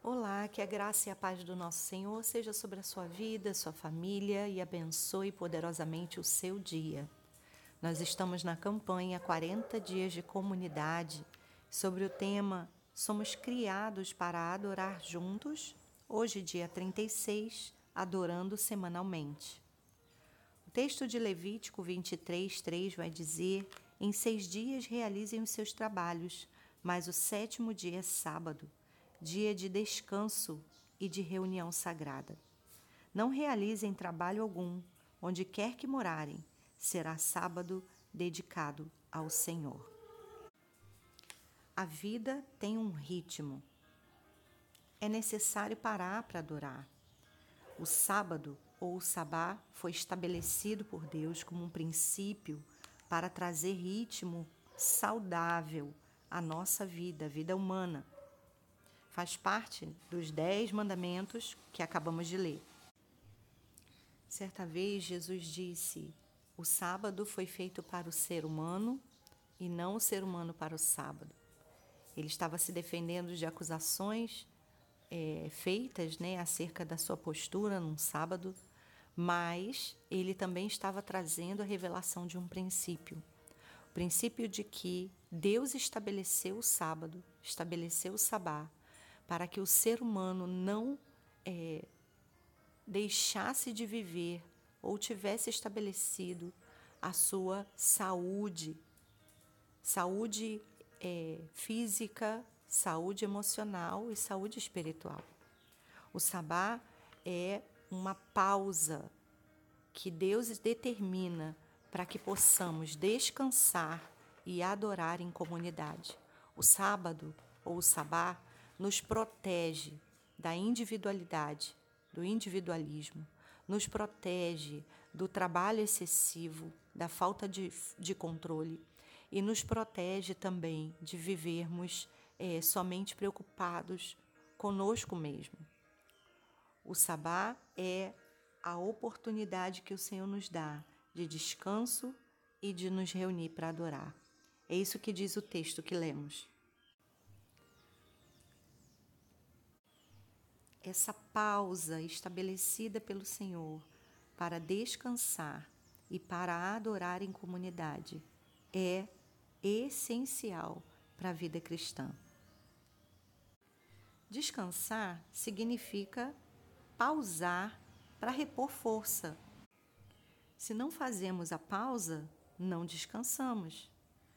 Olá, que a graça e a paz do nosso Senhor seja sobre a sua vida, sua família e abençoe poderosamente o seu dia. Nós estamos na campanha 40 dias de comunidade sobre o tema Somos criados para adorar juntos, hoje dia 36, adorando semanalmente. O texto de Levítico 23:3 vai dizer: Em 6 dias realizem os seus trabalhos, mas o 7º dia é sábado, dia de descanso e de reunião sagrada. Não realizem trabalho algum, onde quer que morarem, será sábado dedicado ao Senhor. A vida tem um ritmo. É necessário parar para adorar. O sábado ou o sabá foi estabelecido por Deus como um princípio para trazer ritmo saudável à nossa vida, a vida humana. Faz parte dos 10 mandamentos que acabamos de ler. Certa vez Jesus disse: o sábado foi feito para o ser humano e não o ser humano para o sábado. Ele estava se defendendo de acusações feitas acerca da sua postura num sábado, mas ele também estava trazendo a revelação de um princípio. O princípio de que Deus estabeleceu o sábado, estabeleceu o sabá, para que o ser humano não deixasse de viver ou tivesse estabelecido a sua saúde física, saúde emocional e saúde espiritual. O sabá é uma pausa que Deus determina para que possamos descansar e adorar em comunidade. O sábado ou o sabá nos protege da individualidade, do individualismo, nos protege do trabalho excessivo, da falta de controle e nos protege também de vivermos somente preocupados conosco mesmo. O sabá é a oportunidade que o Senhor nos dá de descanso e de nos reunir para adorar. É isso que diz o texto que lemos. Essa pausa estabelecida pelo Senhor para descansar e para adorar em comunidade é essencial para a vida cristã. Descansar significa pausar para repor força. Se não fazemos a pausa, não descansamos.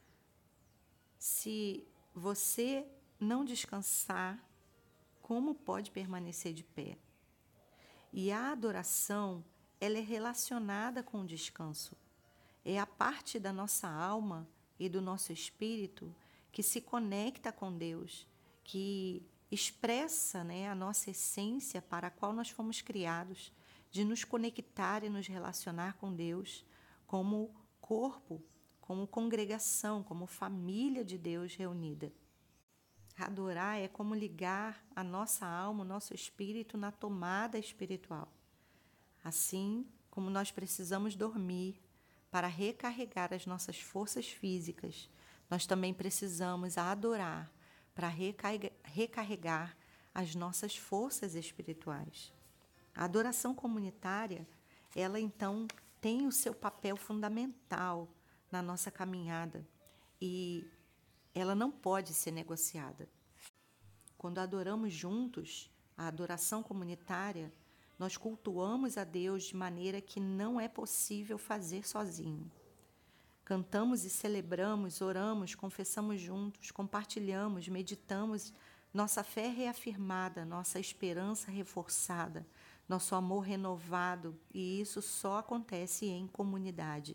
Se você não descansar, como pode permanecer de pé? E a adoração, ela é relacionada com o descanso. É a parte da nossa alma e do nosso espírito que se conecta com Deus, que expressa a nossa essência para a qual nós fomos criados, de nos conectar e nos relacionar com Deus como corpo, como congregação, como família de Deus reunida. Adorar é como ligar a nossa alma, o nosso espírito na tomada espiritual. Assim como nós precisamos dormir para recarregar as nossas forças físicas, nós também precisamos adorar para recarregar as nossas forças espirituais. A adoração comunitária, ela então tem o seu papel fundamental na nossa caminhada e ela não pode ser negociada. Quando adoramos juntos, a adoração comunitária, nós cultuamos a Deus de maneira que não é possível fazer sozinho. Cantamos e celebramos, oramos, confessamos juntos, compartilhamos, meditamos, nossa fé reafirmada, nossa esperança reforçada, nosso amor renovado, e isso só acontece em comunidade.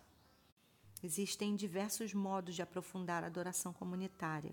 Existem diversos modos de aprofundar a adoração comunitária.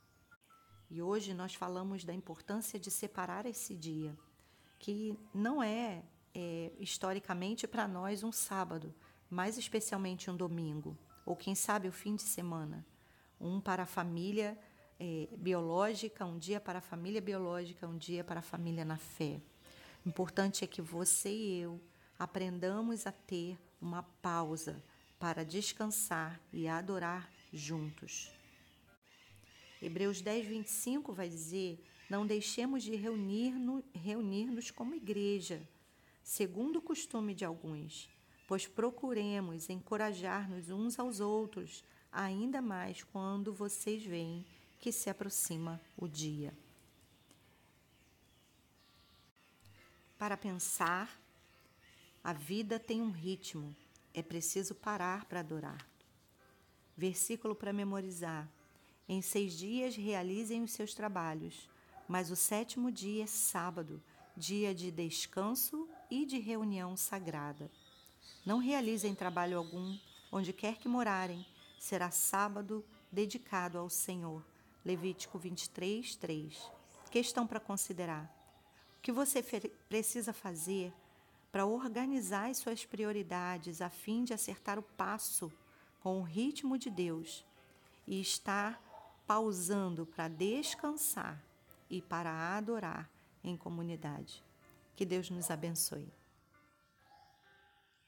E hoje nós falamos da importância de separar esse dia, que não é historicamente para nós um sábado, mais especialmente um domingo, ou quem sabe o fim de semana. Um para a família biológica, um dia para a família biológica, um dia para a família na fé. O importante é que você e eu aprendamos a ter uma pausa para descansar e adorar juntos. Hebreus 10:25 vai dizer Não deixemos de reunir-nos como igreja, segundo o costume de alguns, pois procuremos encorajar-nos uns aos outros, ainda mais quando vocês veem que se aproxima o dia. Para pensar, a vida tem um ritmo, é preciso parar para adorar. Versículo para memorizar. Em 6 dias realizem os seus trabalhos, mas o 7º dia é sábado, dia de descanso e de reunião sagrada. Não realizem trabalho algum, onde quer que morarem, será sábado dedicado ao Senhor. Levítico 23, 3. Questão para considerar. O que você precisa fazer para organizar as suas prioridades a fim de acertar o passo com o ritmo de Deus e estar pausando para descansar e para adorar em comunidade? Que Deus nos abençoe.